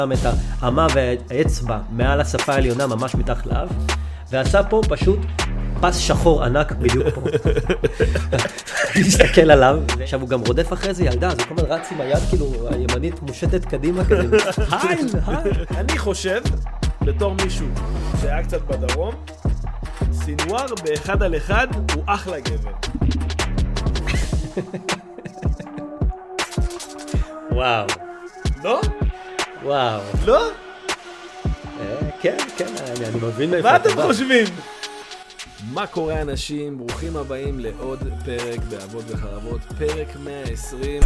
שם את האמה והאצבע מעל השפה העליונה ממש מתחת לאף, ועשה פה פשוט פס שחור ענק בדיוק פה. להסתכל עליו, עכשיו הוא גם רודף אחרי זה ילדה, אז הוא כל הזמן רץ עם היד כאילו הימנית מושטת קדימה כזה. היי, היי. אני חושב, בתור מישהו שהיה קצת בדרום, סינואר באחד על אחד הוא אחלה גבר. וואו. לא? וואו. לא? כן, אני מבין מאיפה מה אתה אתם בא. חושבים? מה קורה אנשים? ברוכים הבאים לעוד פרק באבות וחרבות, פרק 120.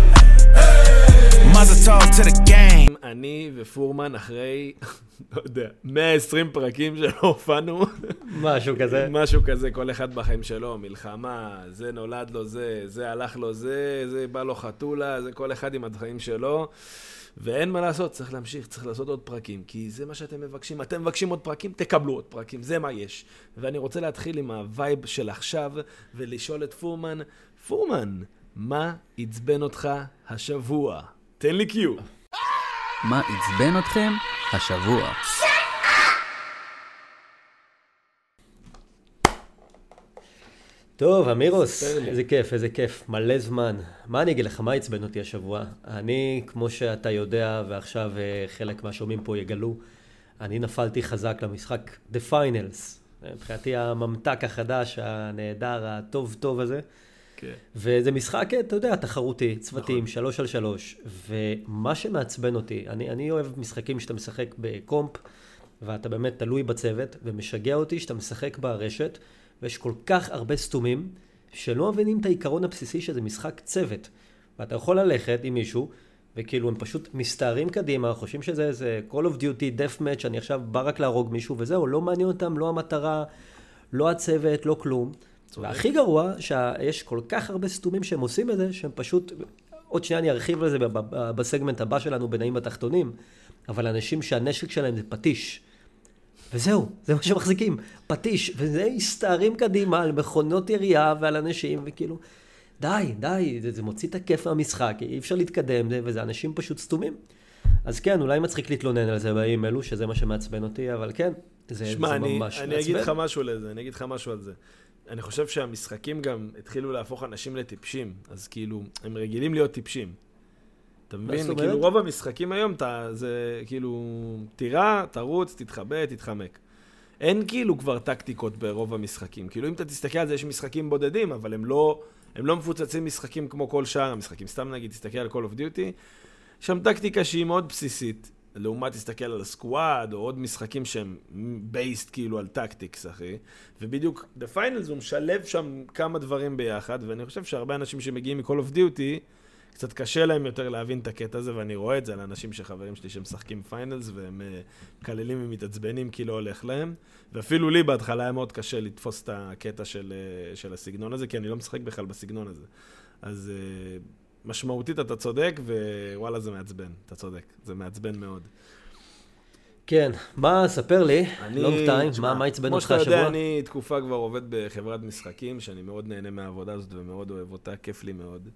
אני ופורמן אחרי, לא יודע, 120 פרקים שלא הופענו. משהו כזה. משהו כזה, כל אחד בחיים שלו, מלחמה, זה נולד לו זה הלך לו זה בא לו חתולה, זה כל אחד עם החיים שלו. ואין מה לעשות, צריך להמשיך, צריך לעשות עוד פרקים, כי זה מה שאתם מבקשים. אתם מבקשים עוד פרקים, תקבלו עוד פרקים, זה מה יש. ואני רוצה להתחיל עם הווייב של עכשיו, ולשאול את פורמן, פורמן, מה עצבן אותך השבוע? תן לי קיו. מה עצבן אתכם השבוע? טוב, אמירוס, ספר לי. איזה כיף, מלא זמן. מה אני אגיד לך, מה עצבן אותי השבוע? אני, כמו שאתה יודע, ועכשיו חלק מהשומעים פה יגלו, אני נפלתי חזק למשחק The Finals. מבחינתי הממתק החדש, הנהדר, הטוב הזה. כן. וזה משחק, אתה יודע, תחרותי, צוותים, נכון. 3-3. ומה שמעצבן אותי, אני אוהב משחקים שאתה משחק בקומפ, ואתה באמת תלוי בצוות, ומשגע אותי שאתה משחק ברשת, ויש כל כך הרבה סתומים, שלא מבינים את העיקרון הבסיסי שזה משחק צוות. ואתה יכול ללכת עם מישהו, וכאילו הם פשוט מסתערים קדימה, חושבים שזה איזה Call of Duty, Death Match, אני עכשיו בא רק להרוג מישהו, וזהו, לא מעניין אותם, לא המטרה, לא הצוות, לא כלום. והכי גרוע, שיש כל כך הרבה סתומים שהם עושים את זה, שהם פשוט, עוד שנייה אני ארחיב לזה בסגמנט הבא שלנו, בנעים בתחתונים, אבל אנשים שהנשק שלהם זה פטיש. וזהו, זה מה שמחזיקים, פטיש, וזה הסתערים קדימה על מכונות ירייה ועל אנשים, וכאילו, די, זה מוציא את הכיף מהמשחק, אי אפשר להתקדם, וזה אנשים פשוט סתומים. אז כן, אולי מצחיק להתלונן על זה בימים אלו, שזה מה שמעצבן אותי, אבל כן, זה ממש מעצבן. אני אגיד לך משהו לזה, אני אגיד לך משהו על זה. אני חושב שהמשחקים גם התחילו להפוך אנשים לטיפשים, אז כאילו, הם רגילים להיות טיפשים. אתה מבין? כאילו רוב המשחקים היום, זה כאילו, תירה, תרוץ, תתחבא, תתחמק. אין כאילו כבר טקטיקות ברוב המשחקים. כאילו אם אתה תסתכל על זה, יש משחקים בודדים, אבל הם לא מפוצצים משחקים כמו כל שאר המשחקים. סתם נגיד, תסתכל על Call of Duty, יש שם טקטיקה שהיא מאוד בסיסית. לעומת תסתכל על הסקואד, או עוד משחקים שהם based כאילו על טקטיקס, אחי. ובדיוק, The Finals הוא משלב שם כמה דברים ביחד, ואני חושב שהרבה אנשים שמגיעים מ-Call of Duty, קצת קשה להם יותר להבין את הקטע הזה, ואני רואה את זה על אנשים שחברים שלי שמשחקים פיינלס, והם כללים ומתעצבנים כי לא הולך להם. ואפילו לי בהתחלה היה מאוד קשה לתפוס את הקטע של הסגנון הזה, כי אני לא משחק בכלל בסגנון הזה. אז משמעותית אתה צודק, ווואלה זה מעצבן, אתה צודק, זה מעצבן מאוד. כן, ספר לי, long time, מה עצבן אותך השבוע? כמו שאתה יודע, אני תקופה כבר עובד בחברת משחקים, שאני מאוד נהנה מהעבודה הזאת ומאוד אוהב אותה, כיף לי מאוד.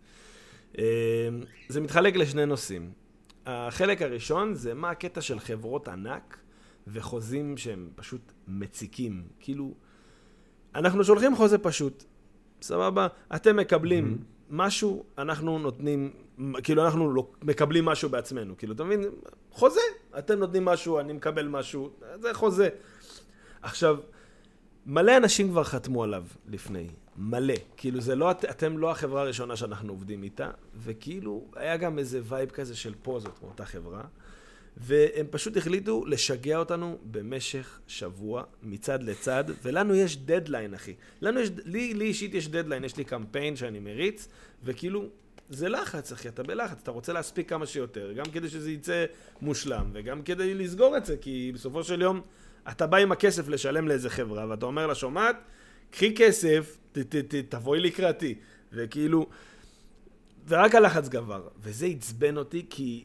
זה מתחלק לשני נושאים. החלק הראשון זה מה הקטע של חברות ענק וחוזים שהם פשוט מציקים. כאילו, אנחנו שולחים חוזה פשוט. סבבה? אתם מקבלים משהו, אנחנו נותנים, כאילו אנחנו מקבלים משהו בעצמנו. כאילו, אתה מבין? חוזה. אתם נותנים משהו, אני מקבל משהו. זה חוזה. עכשיו, מלא אנשים כבר חתמו עליו לפני. מלא. כאילו זה לא, אתם לא החברה הראשונה שאנחנו עובדים איתה, וכאילו היה גם איזה וייב כזה של פוזות מאותה חברה, והם פשוט החליטו לשגע אותנו במשך שבוע, מצד לצד, ולנו יש דדליין, אחי. לי אישית יש דדליין, יש לי קמפיין שאני מריץ, וכאילו זה לחץ, אחי, אתה בלחץ, אתה רוצה להספיק כמה שיותר, גם כדי שזה יצא מושלם, וגם כדי לסגור את זה, כי בסופו של יום אתה בא עם הכסף לשלם לאיזה חברה, ואתה אומר לה, שומעת, קחי כסף, תבואי לקראתי. וכאילו, ורק הלחץ גבר. וזה עצבן אותי כי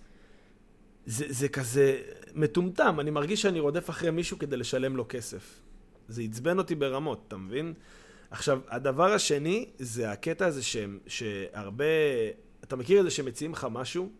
זה כזה מטומטם. אני מרגיש שאני רודף אחרי מישהו כדי לשלם לו כסף. זה עצבן אותי ברמות, אתה מבין? עכשיו, הדבר השני זה הקטע הזה שהרבה, אתה מכיר את זה שמציעים לך משהו,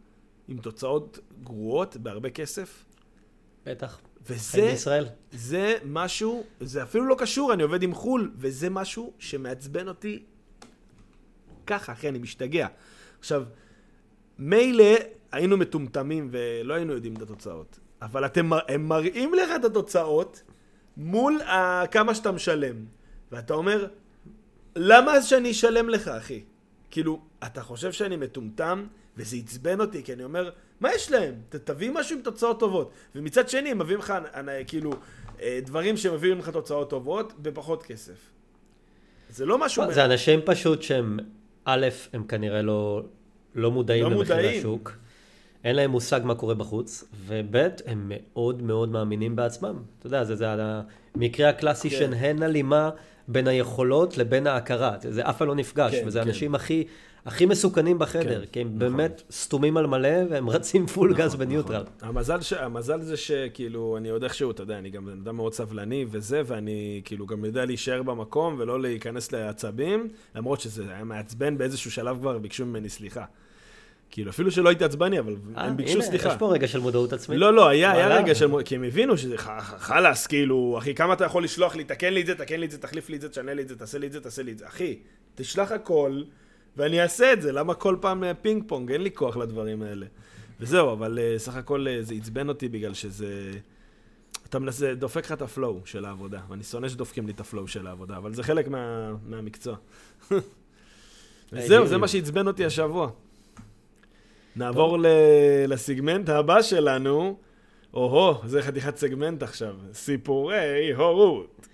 עם תוצאות גרועות, בהרבה כסף. בטח. וזה, בישראל. זה משהו, זה אפילו לא קשור, אני עובד עם חול, וזה משהו שמעצבן אותי ככה, אחי, אני משתגע. עכשיו, מילא היינו מטומטמים ולא היינו יודעים את התוצאות, אבל הם מראים לך את התוצאות מול כמה שאתה משלם, ואתה אומר, למה אז שאני אשלם לך, אחי? כאילו, אתה חושב שאני מטומטם, וזה יצבן אותי, כי אני אומר, מה יש להם? תביא משהו עם תוצאות טובות. ומצד שני, הם מביאים לך, כאילו, דברים שמביאים לך תוצאות טובות, בפחות כסף. זה לא משהו... זה אנשים פשוט שהם, א', הם כנראה לא מודעים למחירי השוק. אין להם מושג מה קורה בחוץ, וב' הם מאוד מאוד מאמינים בעצמם. אתה יודע, זה המקרה הקלאסי של הן הלימה בין היכולות לבין ההכרה. זה אף פעם לא נפגש, וזה האנשים הכי מסוכנים בחדר, כי הם באמת סתומים על מלא, והם רצים פול גז בניוטרל. המזל זה שכאילו, אני יודע שהוא, אתה יודע, אני גם אדם מאוד סבלני וזה, ואני כאילו גם יודע להישאר במקום, ולא להיכנס לעצבים, למרות שזה היה מעצבן באיזשהו שלב כבר, ביקשו ממני סליחה. כאילו, אפילו שלא הייתי עצבני, אבל הם ביקשו סליחה. יש פה רגע של מודעות עצמית. לא, היה רגע של מודעות, כי הם הבינו שזה חלס, כאילו, אחי, כמה אתה יכול לשלוח לי, תקן לי את זה, תחליף לי את זה, תשנה לי את זה, תעשה לי את זה. אחי, תשלח הכל, ואני אעשה את זה. למה כל פעם פינג פונג? אין לי כוח לדברים האלה. וזהו, אבל סך הכל זה עצבן אותי בגלל שזה... אתה מנסה, דופק לך את הפלואו של העבודה, ואני שונא שדופקים לי את הפלואו של העבודה, אבל זה חלק מהמקצוע. וזהו, זה מה שעצבן אותי השבוע. נעבור לסגמנט הבא שלנו. זה חתיכת סגמנט עכשיו. סיפורי הורות.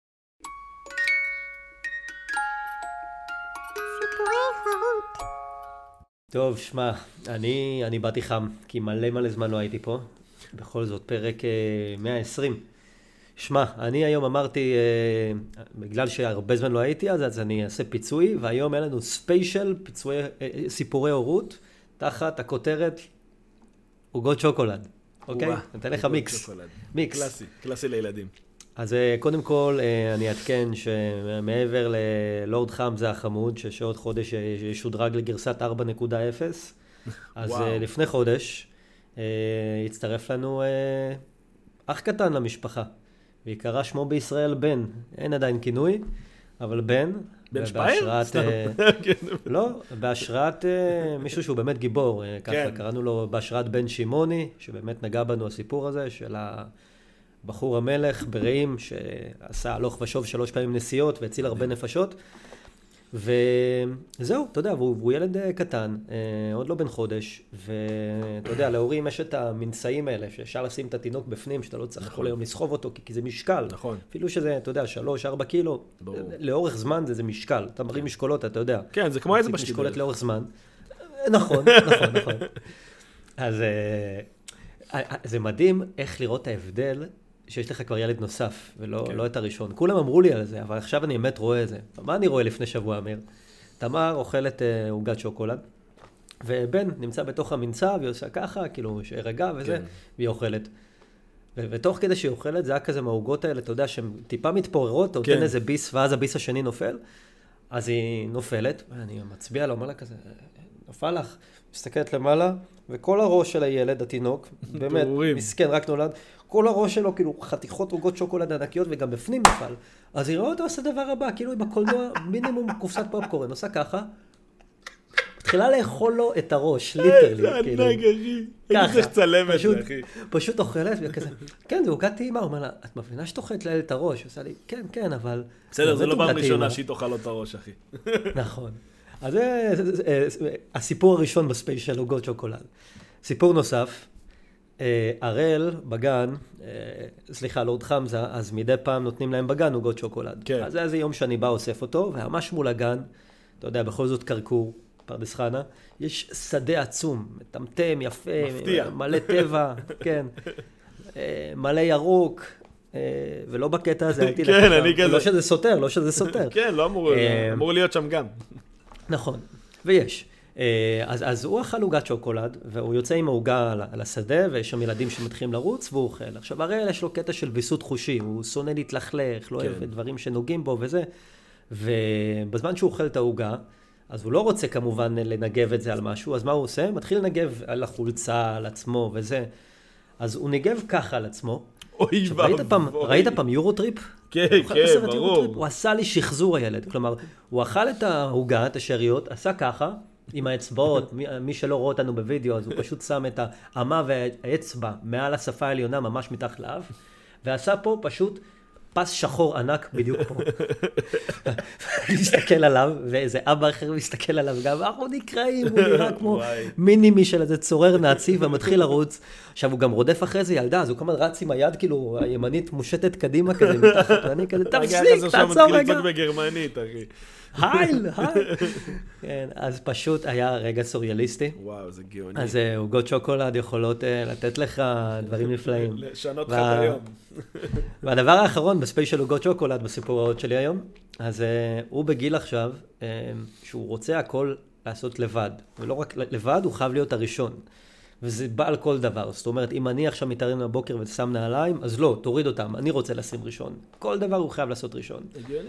טוב, שמע, אני באתי חם, כי מלא זמן לא הייתי פה. בכל זאת, פרק 120. שמע, אני היום אמרתי, בגלל שהרבה זמן לא הייתי אז אני אעשה פיצוי, והיום היה לנו ספיישל, סיפורי הורות, תחת הכותרת עוגות שוקולד. אוקיי? נתן לך מיקס. מיקס. קלאסי לילדים. אז קודם כל אני אתקן שמעבר ללורד חמזה החמוד, שעוד חודש ישודרג לגרסת 4.0, אז לפני חודש הצטרף לנו אח קטן למשפחה, ויקרא שמו בישראל בן. אין עדיין כינוי, אבל בן. בן שפייר? לא, בהשראת מישהו שהוא באמת גיבור. ככה קראנו לו בהשראת בן שימוני, שבאמת נגע בנו הסיפור הזה של הבחור המלך ברעים, שעשה הלוך ושוב 3 פעמים נסיעות והציל הרבה נפשות. וזהו, אתה יודע, והוא ילד קטן, עוד לא בן חודש, ואתה יודע, להורים יש את המנסאים האלה, שאפשר לשים את התינוק בפנים, שאתה לא צריך כל היום לסחוב אותו, כי זה משקל. נכון. אפילו שזה, אתה יודע, 3-4 קילו, לאורך זמן זה משקל. אתה מרים משקולות, אתה יודע. כן, זה כמו האצבע שלי. משקולת לאורך זמן. נכון. אז זה מדהים איך לראות את ההבדל, שיש לך כבר ילד נוסף, ולא את הראשון. כולם אמרו לי על זה, אבל עכשיו אני באמת רואה את זה. מה אני רואה לפני שבוע, אמיר? תמר אוכלת עוגת שוקולד, ובן נמצא בתוך המנצה, והיא עושה ככה, כאילו, שרגע וזה, והיא אוכלת. ותוך כדי שהיא אוכלת, זה היה כזה מהעוגות האלה, אתה יודע, שהן טיפה מתפוררות, אתה נותן איזה ביס, ואז הביס השני נופל, אז היא נופלת, ואני מצביע לה, אומר לה כזה, נופל לך, מסתכלת למעלה, וכל הראש של הילד, התינוק, באמת, מסכן, רק נולד, כל הראש שלו, כאילו, חתיכות עוגות שוקולד ענקיות, וגם בפנים נפל. אז היא רואה אותו עושה דבר הבא, כאילו, היא בקולנוע, מינימום קופסת פופקורן, עושה ככה, מתחילה לאכול לו את הראש, ליטרלי, כאילו. ככה. צריך צלמת, אחי. פשוט אוכלת, וכזה, כן, זה עוגת טעימה, הוא אומר לה, את מבינה שתאכלת לילד את הראש? היא עושה לי, כן, אבל... בסדר, זה לא פעם ראשונה שהיא תאכל לו את הראש, אחי. נכון. אז זה הסיפור הראשון בספיישל עוגות שוקולד. סיפור נוסף, הראל בגן, לורד חמזה, אז מדי פעם נותנים להם בגן עוגות שוקולד. כן. אז זה איזה יום שאני בא אוסף אותו, וממש מול הגן, אתה יודע, בכל זאת קרקור, פרדס חנה, יש שדה עצום, מטמטם, יפה, מפתיע. מלא טבע, כן, מלא ירוק, ולא בקטע הזה, הייתי כן, אני כזה. לא שזה סותר. כן, לא אמור להיות שם גם. נכון, ויש. אז הוא אכל עוגת שוקולד, והוא יוצא עם העוגה על השדה, ויש שם ילדים שמתחילים לרוץ, והוא אוכל. עכשיו, הרי יש לו קטע של ויסות חושי, הוא שונא להתלכלך, לא אוהב דברים שנוגעים בו וזה, ובזמן שהוא אוכל את העוגה, אז הוא לא רוצה כמובן לנגב את זה על משהו, אז מה הוא עושה? מתחיל לנגב על החולצה, על עצמו וזה. אז הוא ניגב ככה על עצמו. אוי ראית פעם יורוטריפ? כן, ברור. הוא עשה לי שחזור הילד. כלומר, הוא אכל את ההוגה, את השאריות, עשה ככה, עם האצבעות, מי שלא רואה אותנו בווידאו, אז הוא פשוט שם את האמה והאצבע מעל השפה העליונה, ממש מתחת לאף, ועשה פה פשוט פס שחור ענק בדיוק פה. מסתכל עליו, ואיזה אבא אחר מסתכל עליו גם, אנחנו נקראים, הוא נראה כמו מינימי של איזה צורר נאצי, ומתחיל לרוץ. עכשיו, הוא גם רודף אחרי זה ילדה, אז הוא כמובן רץ עם היד, כאילו, הימנית מושטת קדימה כזה, מתחת, ואני כזה, תפסיק, תעצור רגע. בגרמנית, אחי. הייל. כן, אז פשוט היה רגע סוריאליסטי. וואו, זה גאוני. אז עוגות שוקולד יכולות לתת לך דברים נפלאים. לשנות לך את היום. והדבר האחרון בספיישל עוגות שוקולד בסיפור העוד שלי היום, אז הוא בגיל עכשיו, שהוא רוצה הכל לעשות לבד. ולא רק לבד, הוא חייב להיות הראשון. וזה בא על כל דבר. זאת אומרת, אם אני עכשיו מתערם בבוקר ושם נעליים, אז לא, תוריד אותם, אני רוצה לשים ראשון. כל דבר הוא חייב לעשות ראשון. הגיוני.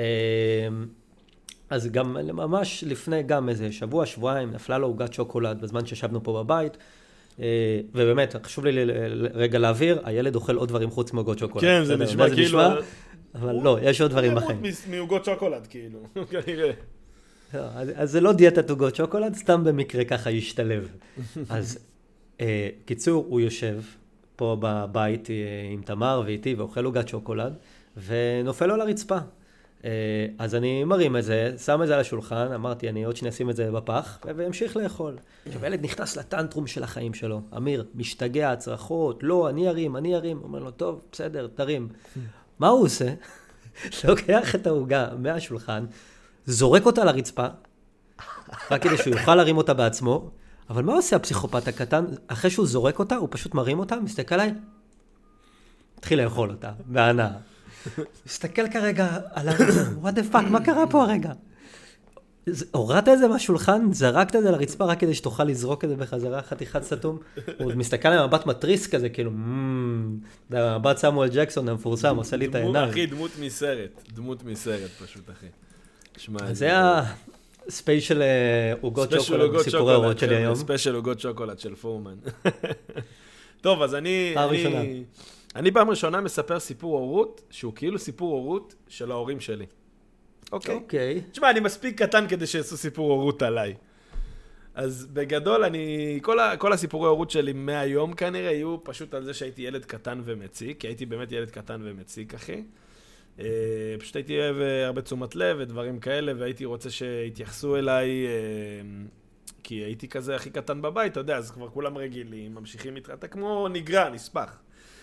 אז גם ממש לפני גם איזה שבוע, שבועיים, נפלה לו עוגת שוקולד בזמן שישבנו פה בבית, ובאמת, חשוב לי רגע להעביר, הילד אוכל עוד דברים חוץ מעוגות שוקולד. כן, זה נשמע כאילו... אבל לא, יש עוד דברים בחיים. מעוגות שוקולד, כאילו, כנראה. אז זה לא דיאטת עוגות שוקולד, סתם במקרה ככה ישתלב. אז קיצור, הוא יושב פה בבית עם תמר ואיתי, ואוכל עוגת שוקולד, ונופל לו על הרצפה. אז אני מרים את זה, שם את זה על השולחן, אמרתי, אני עוד שנייה אשים את זה בפח, והמשיך לאכול. עכשיו, הילד נכנס לטנטרום של החיים שלו. אמיר, משתגע, צרחות, לא, אני ארים. אומר לו, טוב, בסדר, תרים. מה הוא עושה? לוקח את העוגה מהשולחן, זורק אותה לרצפה, רק כדי שהוא יוכל להרים אותה בעצמו, אבל מה עושה הפסיכופת הקטן? אחרי שהוא זורק אותה, הוא פשוט מרים אותה, מסתכל עליי, התחיל לאכול אותה, בהנאה. מסתכל כרגע על what the fuck, מה קרה פה הרגע? הורדת את זה מהשולחן, זרקת את זה לרצפה רק כדי שתוכל לזרוק את זה בחזרה, חתיכת סתום. הוא מסתכל על מבט מטריס כזה, כאילו, מבט סמואל ג'קסון המפורסם, עושה לי את העיניים. אחי, דמות מסרט פשוט, אחי. זה הספיישל עוגות שוקולד בסיפורי ההורות שלי היום. ספיישל עוגות שוקולד של פורמן. טוב, אז אני פעם ראשונה מספר סיפור הורות, שהוא כאילו סיפור הורות של ההורים שלי. אוקיי. תשמע, אני מספיק קטן כדי שיעשו סיפור הורות עליי. אז בגדול, כל הסיפורי הורות שלי מהיום כנראה יהיו פשוט על זה שהייתי ילד קטן ומציק, כי הייתי באמת ילד קטן ומציק, אחי. פשוט הייתי אוהב הרבה תשומת לב ודברים כאלה, והייתי רוצה שיתייחסו אליי, כי הייתי כזה הכי קטן בבית, אתה יודע, אז כבר כולם רגילים, ממשיכים איתך, אתה כמו נגרע, נספח.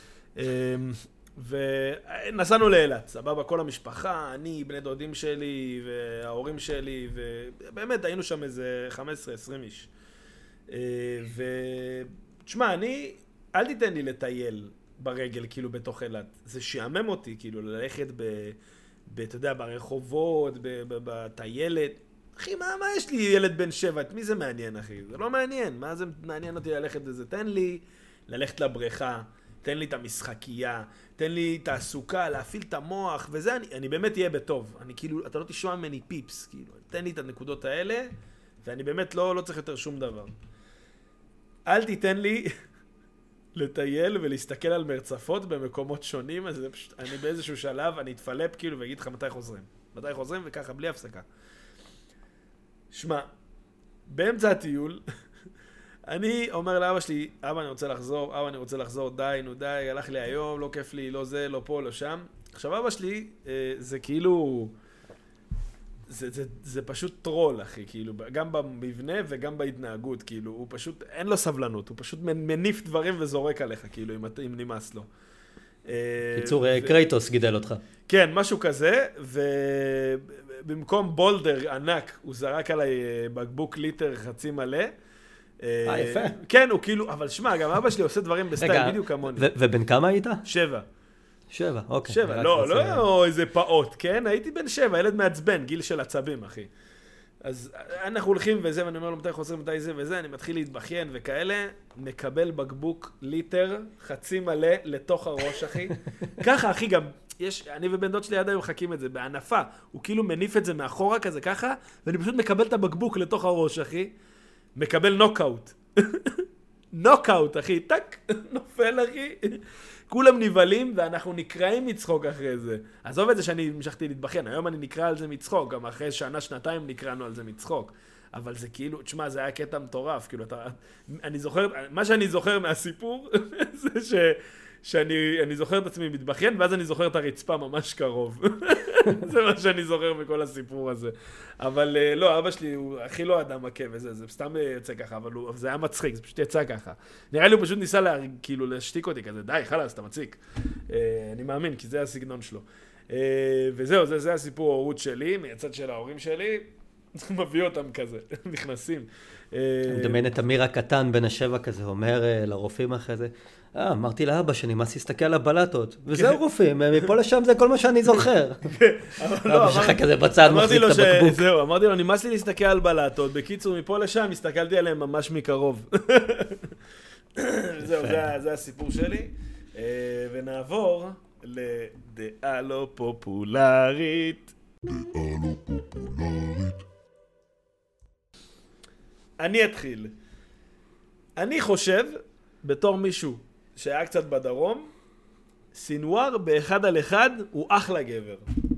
ונסענו לאילת, סבבה, כל המשפחה, אני, בני דודים שלי וההורים שלי, ובאמת היינו שם איזה 15-20 איש. ותשמע, אל תיתן לי לטייל ברגל, כאילו, בתוך אילת. זה שעמם אותי, כאילו, ללכת אתה יודע, ברחובות, בטיילת. אחי, מה יש לי ילד בן 7? את מי זה מעניין, אחי? זה לא מעניין. מה זה מעניין אותי ללכת לזה? תן לי ללכת לבריכה, תן לי את המשחקייה, תן לי תעסוקה, להפעיל את המוח, וזה אני באמת אהיה בטוב. אני כאילו, אתה לא תשמע ממני פיפס, כאילו. תן לי את הנקודות האלה, ואני באמת לא צריך יותר שום דבר. אל תיתן לי לטייל ולהסתכל על מרצפות במקומות שונים, אז פשוט, אני באיזשהו שלב, אני אתפלפ כאילו ואגיד לך מתי חוזרים. מתי חוזרים וככה, בלי הפסקה. שמע, באמצע הטיול, אני אומר לאבא שלי, אבא אני רוצה לחזור, די, הלך לי היום, לא כיף לי, לא זה, לא פה, לא שם. עכשיו אבא שלי, זה כאילו, זה פשוט טרול, אחי, כאילו, גם במבנה וגם בהתנהגות, כאילו, הוא פשוט, אין לו סבלנות, הוא פשוט מניף דברים וזורק עליך, כאילו, אם נמאס לו. קיצור, קרייטוס גידל אותך. כן, משהו כזה, ובמקום בולדר ענק, הוא זרק עליי בקבוק ליטר חצי מלא. יפה. כן, הוא כאילו, אבל שמע, גם אבא שלי עושה דברים בסטייל בדיוק כמוני. ובן כמה היית? 7. 7, אוקיי. 7, לא איזה פעוט, כן? הייתי בן 7, ילד מעצבן, גיל של עצבים, אחי. אז אנחנו הולכים וזה, ואני אומר לו מתי חוזרים, מתי זה וזה, אני מתחיל להתבכיין וכאלה, מקבל בקבוק ליטר, חצי מלא לתוך הראש, אחי. ככה, אחי, גם אני ובן דוד שלי עד היום מחכים את זה, בענפה, הוא כאילו מניף את זה מאחורה כזה ככה, ואני פשוט מקבל את הבקבוק לתוך הראש, אחי, מקבל נוקאוט. נוקאוט, אחי, טק, נופל, אחי. כולם נבלים, ואנחנו נקראים מצחוק אחרי זה. עזוב את זה שאני המשכתי להתבחן, היום אני נקרא על זה מצחוק, גם אחרי שנה, שנתיים נקראנו על זה מצחוק. אבל זה כאילו, תשמע, זה היה קטע מטורף, כאילו, אני זוכר, מה שאני זוכר מהסיפור, זה שאני זוכר את עצמי מתבחן, ואז אני זוכר את הרצפה ממש קרוב. זה מה שאני זוכר מכל הסיפור הזה. אבל לא, אבא שלי הוא הכי לא אדם מכה וזה, זה סתם יצא ככה, אבל זה היה מצחיק, זה פשוט יצא ככה. נראה לי הוא פשוט ניסה כאילו להשתיק אותי כזה, די, חלאס, אתה מציק. אני מאמין, כי זה הסגנון שלו. וזהו, זה הסיפור ההורות שלי, מהצד של ההורים שלי, מביא אותם כזה, נכנסים. אני מדמיין את אמיר הקטן בן השבע כזה, אומר לרופאים אחרי זה, אמרתי לאבא שנמאס להסתכל על הבלטות, וזהו רופאים, מפה לשם זה כל מה שאני זוכר. אבא שלך כזה בצד מחזיק את הבקבוק. זהו, אמרתי לו, נמאס לי להסתכל על בלטות, בקיצור, מפה לשם הסתכלתי עליהם ממש מקרוב. זהו, זה הסיפור שלי. ונעבור לדעה לא פופולרית. אני אתחיל. אני חושב, בתור מישהו שהיה קצת בדרום, סינואר באחד על אחד הוא אחלה גבר.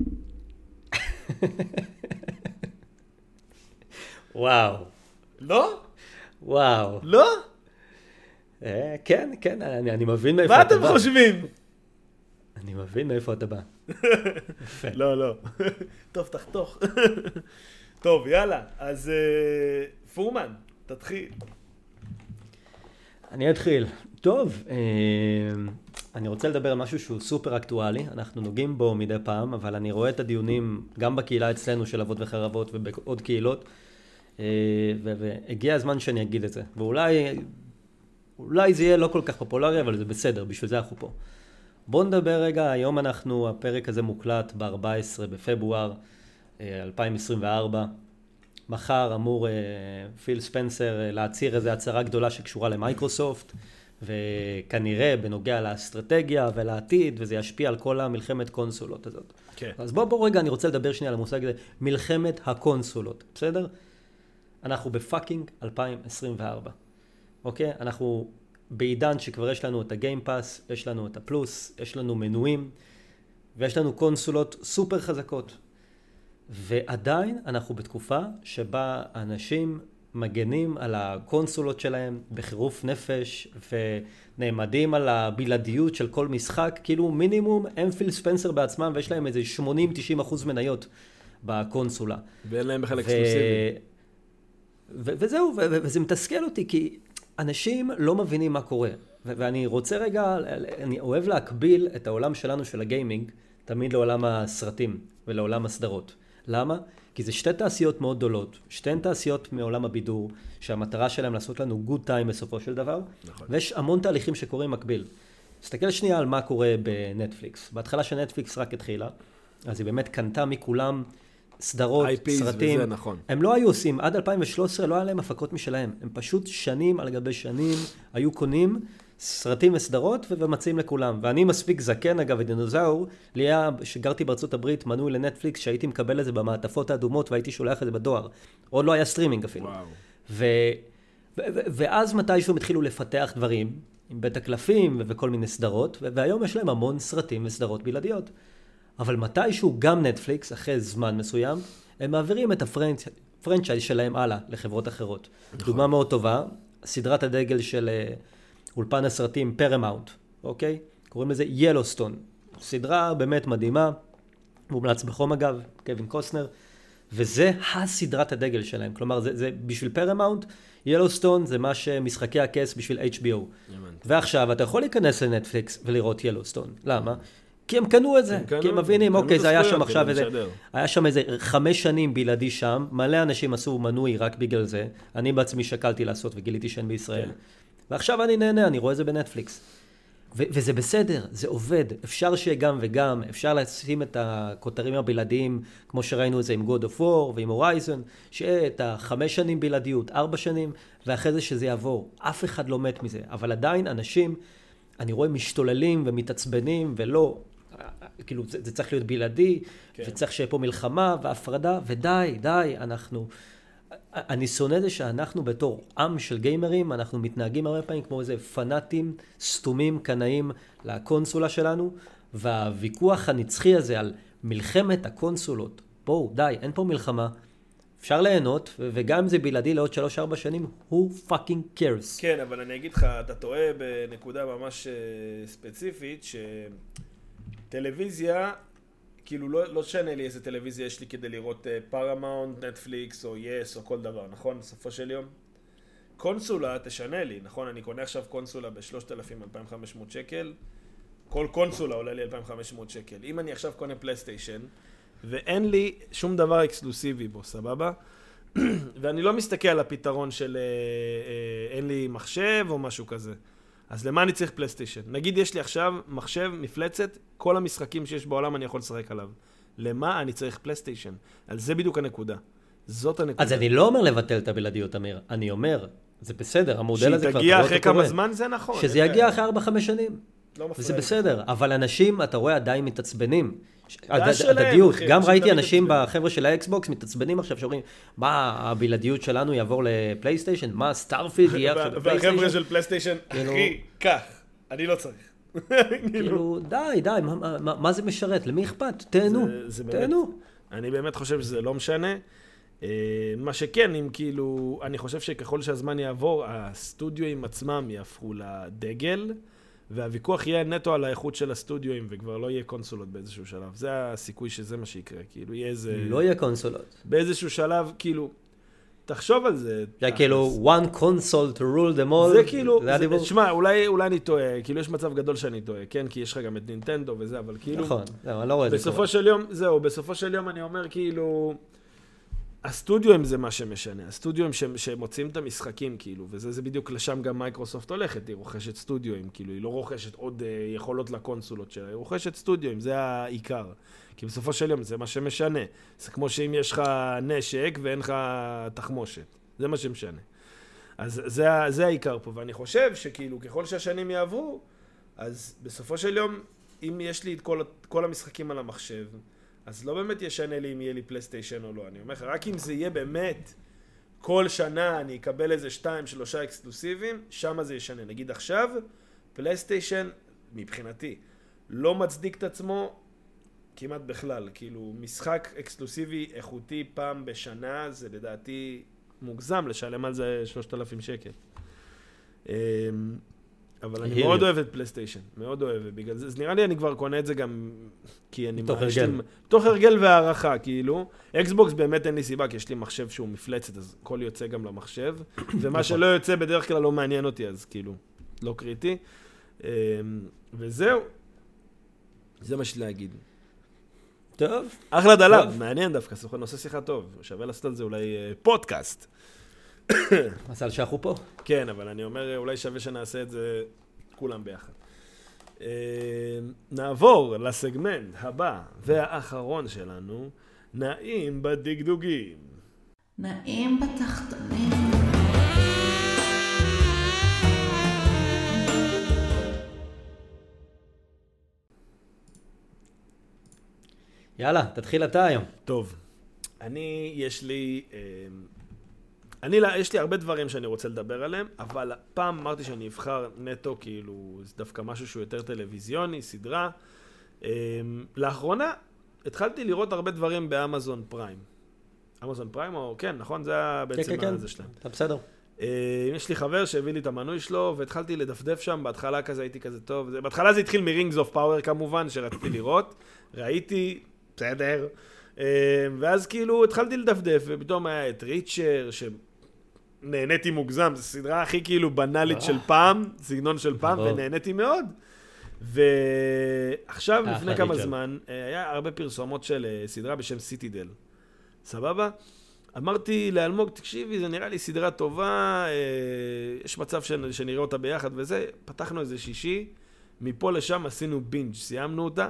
וואו. לא? וואו. לא? כן, כן, אני מבין מאיפה אתה בא. מה אתם חושבים? אני מבין מאיפה אתה בא. לא, לא. טוב, תחתוך. טוב, יאללה. אז פורמן, תתחיל. אני אתחיל. טוב, אני רוצה לדבר על משהו שהוא סופר אקטואלי. אנחנו נוגעים בו מדי פעם, אבל אני רואה את הדיונים גם בקהילה אצלנו של אבות וחרבות ובעוד קהילות, והגיע הזמן שאני אגיד את זה. ואולי זה יהיה לא כל כך פופולרי, אבל זה בסדר, בשביל זה אנחנו פה. בואו נדבר רגע, היום הפרק הזה מוקלט ב-14 בפברואר 2024. מחר אמור פיל ספנסר להצהיר איזו הצהרה גדולה שקשורה למייקרוסופט, וכנראה בנוגע לאסטרטגיה ולעתיד, וזה ישפיע על כל המלחמת קונסולות הזאת. כן. אז בואו רגע, אני רוצה לדבר שנייה על המושג הזה, מלחמת הקונסולות, בסדר? אנחנו בפאקינג 2024, אוקיי? אנחנו בעידן שכבר יש לנו את הגיימפאס, יש לנו את הפלוס, יש לנו מנויים, ויש לנו קונסולות סופר חזקות. ועדיין אנחנו בתקופה שבה אנשים מגנים על הקונסולות שלהם בחירוף נפש ונעמדים על הבלעדיות של כל משחק, כאילו מינימום הם פיל ספנסר בעצמם ויש להם איזה 80-90% מניות בקונסולה. ואין להם בחלק אקסקלוסיבי. וזהו, וזה מתסכל אותי כי אנשים לא מבינים מה קורה. ואני רוצה רגע, אני אוהב להקביל את העולם שלנו של הגיימינג תמיד לעולם הסרטים ולעולם הסדרות. למה? כי זה שתי תעשיות מאוד גדולות, שתי תעשיות מעולם הבידור, שהמטרה שלהם לעשות לנו good time בסופו של דבר, נכון. ויש המון תהליכים שקורים מקביל. תסתכל שנייה על מה קורה בנטפליקס. בהתחלה שנטפליקס רק התחילה, אז היא באמת קנתה מכולם סדרות, סרטים. וזה, נכון. הם לא היו עושים, עד 2013 לא היה להם הפקות משלהם. הם פשוט שנים על גבי שנים היו קונים סרטים וסדרות ומציעים לכולם. ואני מספיק זקן אגב ודינוזאור, לי היה שגרתי בארצות הברית מנוי לנטפליקס שהייתי מקבל את זה במעטפות האדומות והייתי שולח את זה בדואר. עוד לא היה סטרימינג אפילו. ואז מתישהו התחילו לפתח דברים עם בית הקלפים וכל מיני סדרות, והיום יש להם המון סרטים וסדרות בלעדיות. אבל מתישהו גם נטפליקס, אחרי זמן מסוים, הם מעבירים את הפרנצ'ייז שלהם הלאה לחברות אחרות. נכון. דוגמה מאוד טובה, סדרת הדגל של אולפן הסרטים פרמאונט, אוקיי? קוראים לזה ילוסטון. סדרה באמת מדהימה, מומלץ בחום אגב, קווין קוסנר, וזה הסדרת הדגל שלהם. כלומר, זה בשביל פרמאונט, ילוסטון זה מה שמשחקי הכס בשביל HBO. ועכשיו, אתה יכול להיכנס לנטפליקס ולראות ילוסטון. למה? כי הם קנו את זה, כי הם מבינים, אוקיי, זה היה שם עכשיו איזה, היה שם איזה 5 שנים בלעדי שם, מלא אנשים עשו מנוי רק בגלל זה, אני בעצמי שקלתי לעשות וגיליתי שאין בישראל. ועכשיו אני נהנה, אני רואה זה בנטפליקס. וזה בסדר, זה עובד, אפשר שיהיה גם וגם, אפשר לשים את הכותרים הבלעדיים, כמו שראינו את זה עם God of War ועם Horizon, שיהיה את 5 שנים בלעדיות, 4 שנים, ואחרי זה שזה יעבור. אף אחד לא מת מזה, אבל עדיין אנשים, אני רואה משתוללים ומתעצבנים, ולא, כאילו זה צריך להיות בלעדי, כן. וצריך שיהיה פה מלחמה והפרדה, ודי, אני שונא זה שאנחנו בתור עם של גיימרים, אנחנו מתנהגים הרבה פעמים כמו איזה פנאטים, סתומים, קנאים לקונסולה שלנו, והוויכוח הנצחי הזה על מלחמת הקונסולות, בואו, די, אין פה מלחמה, אפשר ליהנות, וגם אם זה בלעדי לעוד 3-4 שנים, who fucking cares. כן, אבל אני אגיד לך, אתה טועה בנקודה ממש ספציפית, שטלוויזיה, כאילו לא שנה לי איזה טלוויזיה יש לי כדי לראות פרמאונט, נטפליקס או יס או כל דבר, נכון? בסופו של יום. קונסולה תשנה לי, נכון? אני קונה עכשיו קונסולה ב-3,000-2,500 שקל, כל קונסולה עולה לי 2,500 שקל. אם אני עכשיו קונה פלייסטיישן, ואין לי שום דבר אקסקלוסיבי בו, סבבה? ואני לא מסתכל על הפתרון של אין לי מחשב או משהו כזה. אז למה אני צריך פלייסטיישן? נגיד יש לי עכשיו מחשב, מפלצת, כל המשחקים שיש בעולם אני יכול לשחק עליו. למה אני צריך פלייסטיישן? על זה בדיוק הנקודה. זאת הנקודה. אז אני לא אומר לבטל את הבלעדיות, אמיר. אני אומר, זה בסדר, המודל הזה כבר שתגיע אחרי כמה זמן זה נכון. שזה יגיע אחרי 4-5 שנים. לא מפריע. וזה בסדר, אבל אנשים, אתה רואה, עדיין מתעצבנים. שלהם, הדדיות, אחי, גם ראיתי תמיד אנשים מתעצבנים. בחבר'ה של האקסבוקס מתעצבנים עכשיו, שאומרים, מה, הבלעדיות שלנו יעבור לפלייסטיישן? מה, סטארפילד יהיה עכשיו והחבר'ה לפלייסטיישן? של פלייסטיישן, כאילו- אחי, קח, אני לא צריך. כאילו, די, מה זה משרת? למי אכפת? תהנו, זה באמת- תהנו. אני באמת חושב שזה לא משנה. מה שכן, אם כאילו, אני חושב שככל שהזמן יעבור, הסטודיואים עצמם יהפכו לדגל, והוויכוח יהיה נטו על האיכות של הסטודיואים, וכבר לא יהיה קונסולות באיזשהו שלב. זה הסיכוי שזה מה שיקרה, כאילו, יהיה איזה... לא יהיה קונסולות. באיזשהו שלב, כאילו, תחשוב על זה. זה כאילו, one console to rule them all. זה כאילו, זה הדיבור. תשמע, אולי אני טועה, כאילו יש מצב גדול שאני טועה, כן? כי יש לך גם את נינטנדו וזה, אבל כאילו... נכון, אני לא רואה את זה קורה. בסופו של יום אני אומר כאילו, הסטודיואים זה מה שמשנה, הסטודיואים שמוצאים את המשחקים כאילו, וזה בדיוק לשם גם מייקרוסופט הולכת, היא רוכשת סטודיואים, כאילו היא לא רוכשת עוד יכולות לקונסולות שלה, היא רוכשת סטודיואים, זה העיקר, כי בסופו של יום זה מה שמשנה, זה כמו שאם יש לך נשק ואין לך תחמושת, זה מה שמשנה. אז זה העיקר פה, ואני חושב שכאילו ככל שהשנים יעברו, אז בסופו של יום, אם יש לי את כל המשחקים על המחשב, אז לא באמת ישנה לי אם יהיה לי פלייסטיישן או לא. אני אומר לך, רק אם זה יהיה באמת כל שנה אני אקבל איזה 2-3 אקסקלוסיביים, שם זה ישנה. נגיד עכשיו, פלייסטיישן, מבחינתי, לא מצדיק את עצמו כמעט בכלל. כאילו, משחק אקסקלוסיבי איכותי פעם בשנה, זה לדעתי מוגזם לשלם על זה 3,000 שקל. אבל אני מאוד אוהב את פלייסטיישן, מאוד אוהב, ובגלל זה, אז נראה לי אני כבר קונה את זה גם, כי אני... תוך הרגל. תוך הרגל והערכה, כאילו. אקסבוקס באמת אין לי סיבה, כי יש לי מחשב שהוא מפלצת, אז הכל יוצא גם למחשב, ומה שלא יוצא בדרך כלל לא מעניין אותי, אז כאילו, לא קריטי. וזהו. זה מה שלי להגיד. טוב. אחלה דלב, מעניין דווקא, נושא שיחה טוב, שווה לעשות על זה אולי פודקאסט. מזל שאנחנו פה. כן, אבל אני אומר, אולי שווה שנעשה את זה כולם ביחד. נעבור לסגמנט הבא והאחרון שלנו, נעים בדגדוגים. נעים בתחתונים. יאללה, תתחיל אתה היום. טוב, יש לי הרבה דברים שאני רוצה לדבר עליהם, אבל פעם אמרתי שאני אבחר נטו, כאילו, זה דווקא משהו שהוא יותר טלוויזיוני, סדרה. לאחרונה התחלתי לראות הרבה דברים באמזון פריים. אמזון פריים או כן, נכון? זה בעצם זה שלהם. אתה בסדר. יש לי חבר שהביא לי את המנוי שלו, והתחלתי לדפדף שם, בהתחלה כזה הייתי כזה טוב. בהתחלה זה התחיל מרינגס אוף פאוור כמובן, שרציתי לראות. ראיתי, בסדר. ואז כאילו התחלתי לדפדף, ופתאום היה את ריצ'ר, שנהניתי מוגזם, זו סדרה הכי כאילו בנאלית של פעם, סגנון של פעם, ונהניתי מאוד. ועכשיו, לפני כמה זמן, היה הרבה פרסומות של סדרה בשם סיטידל. סבבה? אמרתי לאלמוג, תקשיבי, זה נראה לי סדרה טובה, יש מצב שנראה אותה ביחד וזה, פתחנו איזה שישי, מפה לשם עשינו בינג', סיימנו אותה,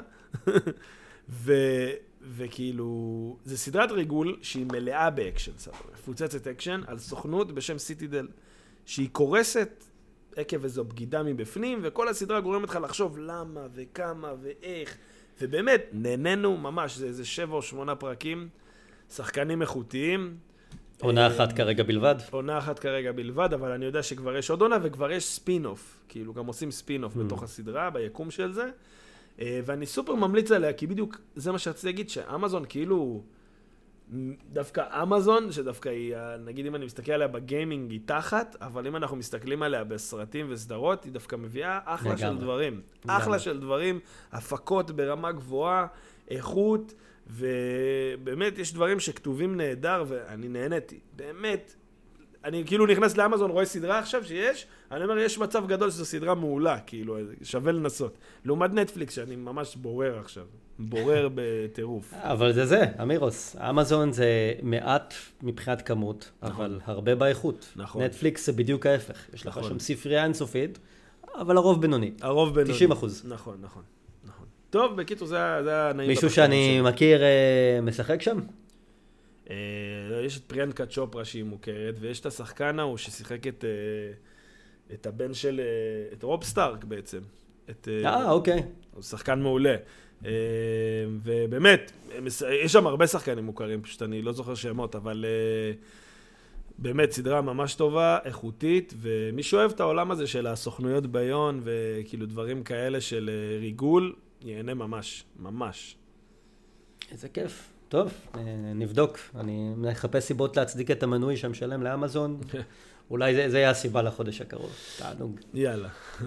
וכאילו, זה סדרת ריגול שהיא מלאה באקשן, סבבה, מפוצצת אקשן על סוכנות בשם סיטידל, שהיא קורסת עקב איזו בגידה מבפנים, וכל הסדרה גורמת לך לחשוב למה וכמה ואיך, ובאמת, נהנינו ממש, זה איזה 7 או 8 פרקים, שחקנים איכותיים. עונה אחת כרגע בלבד. עונה אחת כרגע בלבד, אבל אני יודע שכבר יש עוד עונה, וכבר יש ספין-אוף. כאילו, גם עושים ספין-אוף בתוך הסדרה, ביקום של זה. ואני סופר ממליץ עליה, כי בדיוק זה מה שרציתי להגיד, שאמזון כאילו, דווקא אמזון, שדווקא היא, נגיד אם אני מסתכל עליה בגיימינג, היא תחת, אבל אם אנחנו מסתכלים עליה בסרטים וסדרות, היא דווקא מביאה אחלה של דברים. אחלה של דברים, הפקות ברמה גבוהה, איכות, ובאמת יש דברים שכתובים נהדר, ואני נהניתי. באמת, אני כאילו נכנס לאמזון, רואה סדרה עכשיו שיש, אני אומר, יש מצב גדול שזו סדרה מעולה, כאילו, שווה לנסות. לעומת נטפליקס, שאני ממש בורר עכשיו. בורר בטירוף. אבל זה, אמירוס. אמזון זה מעט מבחינת כמות, אבל הרבה באיכות. נכון. נטפליקס זה בדיוק ההפך. יש לך שם ספרייה אינסופית, אבל הרוב בינוני. הרוב בינוני. 90%. נכון. טוב, בקיצור, זה הנעים. מישהו שאני מכיר משחק שם? יש את פריאנקה צ'ופרה שהיא מוכרת, ויש את השחקן ההוא ששיחק את הבן של, את רוב סטארק בעצם. אוקיי. הוא שחקן מעולה. ובאמת, יש שם הרבה שחקנים מוכרים, פשוט אני לא זוכר שמות, אבל באמת סדרה ממש טובה, איכותית, ומי שאוהב את העולם הזה של הסוכנויות ביון, וכאילו דברים כאלה של ריגול, ייהנה ממש, ממש. איזה כיף. טוב, נבדוק. אני מחפש סיבות להצדיק את המנוי שמשלם לאמזון. אולי זה יהיה הסיבה לחודש הקרוב. תענוג. יאללה.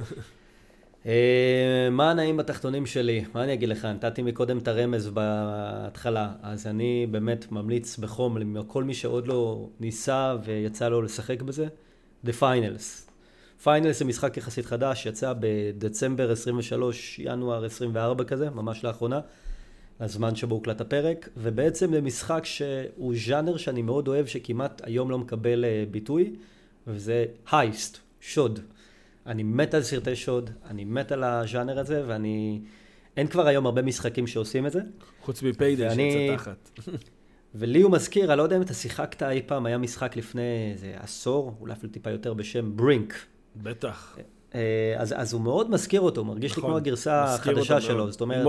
מה הנעים בתחתונים שלי? מה אני אגיד לך? נתתי מקודם את הרמז בהתחלה. אז אני באמת ממליץ בחום לכל מי שעוד לא ניסה ויצא לו לשחק בזה. The Finals. Finals זה משחק יחסית חדש, יצא בדצמבר 23, ינואר 24 כזה, ממש לאחרונה. הזמן שבו הוקלט הפרק, ובעצם זה משחק שהוא ז'אנר שאני מאוד אוהב, שכמעט היום לא מקבל ביטוי, וזה הייסט, שוד. אני מת על סרטי שוד, אני מת על הז'אנר הזה, אין כבר היום הרבה משחקים שעושים את זה. חוץ מפיידי שיצא תחת. ולי הוא מזכיר, אני לא יודע אם אתה שיחקת אי פעם, היה משחק לפני איזה עשור, אולי אפילו טיפה יותר בשם ברינק. בטח. אז הוא מאוד מזכיר אותו, הוא מרגיש לי כמו הגרסה החדשה שלו. זאת אומרת,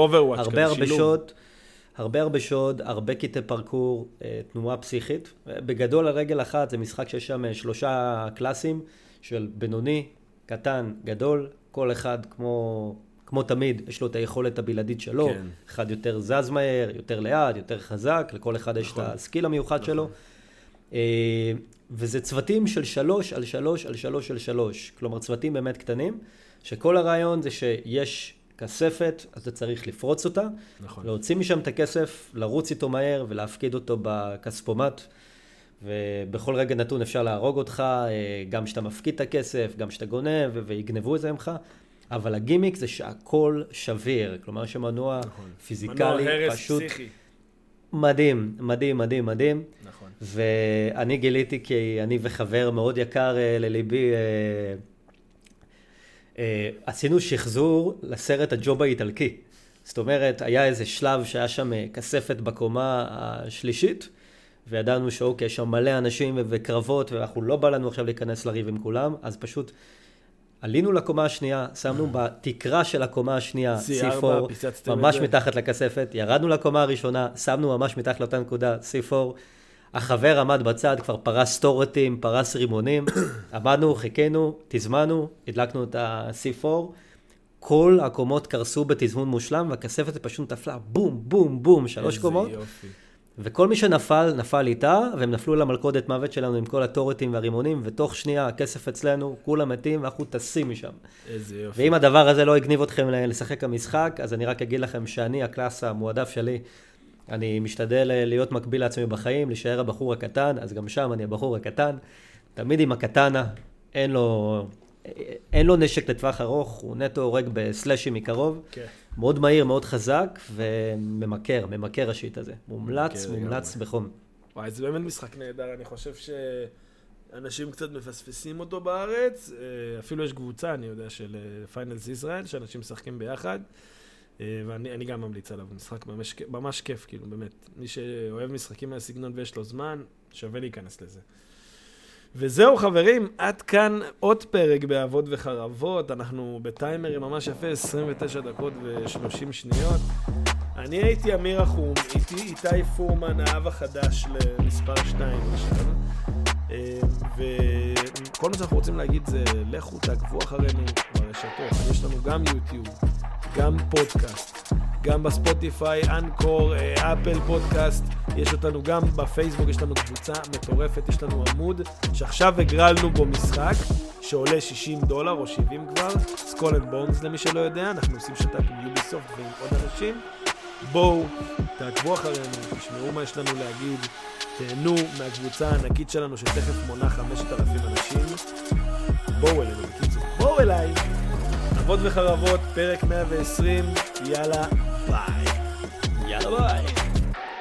הרבה שוד, הרבה קטעי פרקור, תנועה פסיכית. בגדול על רגל אחת זה משחק שיש שם 3 קלאסים של בינוני, קטן, גדול, כל אחד כמו תמיד יש לו את היכולת הבלעדית שלו, אחד יותר זז מהר, יותר לאט, יותר חזק, לכל אחד יש את הסקיל המיוחד שלו. וזה צוותים של 3 על 3 על 3 על 3, כלומר צוותים באמת קטנים, שכל הרעיון זה שיש כספת, אז אתה צריך לפרוץ אותה, להוציא משם את הכסף, לרוץ איתו מהר ולהפקיד אותו בכספומט, ובכל רגע נתון אפשר להרוג אותך, גם שאתה מפקיד את הכסף, גם שאתה גונב ויגנבו את זה ממך, אבל הגימיק זה שהכל שביר, כלומר שמנוע פיזיקלי פשוט מדהים, מדהים, מדהים, מדהים. נכון. ואני גיליתי כי אני וחבר מאוד יקר לליבי, עשינו שחזור לסרט הג'וב האיטלקי. זאת אומרת, היה איזה שלב שהיה שם כספת בקומה השלישית, וידענו שאוקיי, יש שם מלא אנשים וקרבות, ואנחנו לא בא לנו עכשיו להיכנס לריב עם כולם, אז פשוט עלינו לקומה השנייה, שמנו בתקרה של הקומה השנייה C4, ממש מתחת לכספת, ירדנו לקומה הראשונה, שמנו ממש מתחת לאותה נקודה C4, החבר עמד בצד, כבר פרס סטורטים, פרס רימונים, עמדנו, חיכינו, תזמנו, הדלקנו את ה-C4, כל הקומות קרסו בתזמון מושלם, והכספת פשוט נפלה, בום, בום, בום, 3 קומות. יופי. וכל מי שנפל, נפל איתה, והם נפלו למלכודת מוות שלנו עם כל הטורטים והרימונים, ותוך שנייה הכסף אצלנו, כולם מתים, ואנחנו טסים משם. איזה יופי. ואם הדבר הזה לא הגניב אתכם לשחק המשחק, אז אני רק אגיד לכם שאני, הקלאס המועדף שלי, אני משתדל להיות מקביל לעצמי בחיים, להישאר הבחור הקטן, אז גם שם אני הבחור הקטן, תמיד עם הקטנה, אין לו נשק לטווח ארוך, הוא נטו הורג בסלאשים מקרוב, מאוד מהיר, מאוד חזק, וממכר השיט הזה. מומלץ בחום. וואי, זה באמת משחק נהדר, אני חושב שאנשים קצת מפספסים אותו בארץ, אפילו יש קבוצה, אני יודע, של פיינלס ישראל, שאנשים משחקים ביחד, ואני גם ממליץ עליו, משחק ממש כיף, כאילו, באמת. מי שאוהב משחקים מהסגנון ויש לו זמן, שווה להיכנס לזה. וזהו חברים, עד כאן עוד פרק באבות וחרבות, אנחנו בטיימרים ממש יפה, 29 דקות ו-30 שניות. אני הייתי אמיר החום, איתי פורמן, האב החדש למספר 2 עכשיו. וכל מה שאנחנו רוצים להגיד זה לכו תעקבו אחרינו ברשתות, יש לנו גם יוטיוב, גם פודקאסט, גם בספוטיפיי, אנקור, אפל פודקאסט, יש אותנו גם בפייסבוק, יש לנו קבוצה מטורפת, יש לנו עמוד שעכשיו הגרלנו בו משחק שעולה $60 או 70 כבר, סקול אנד בונס למי שלא יודע, אנחנו עושים שת"פ עם יוביסופט ועם עוד אנשים. בואו, תעקבו אחרינו, תשמעו מה יש לנו להגיד, תהנו מהקבוצה הענקית שלנו שתכף מונה 5,000 אנשים. בואו אלינו, בקיצור, בואו אליי. אבות וחרבות, פרק 120, יאללה, ביי. יאללה ביי.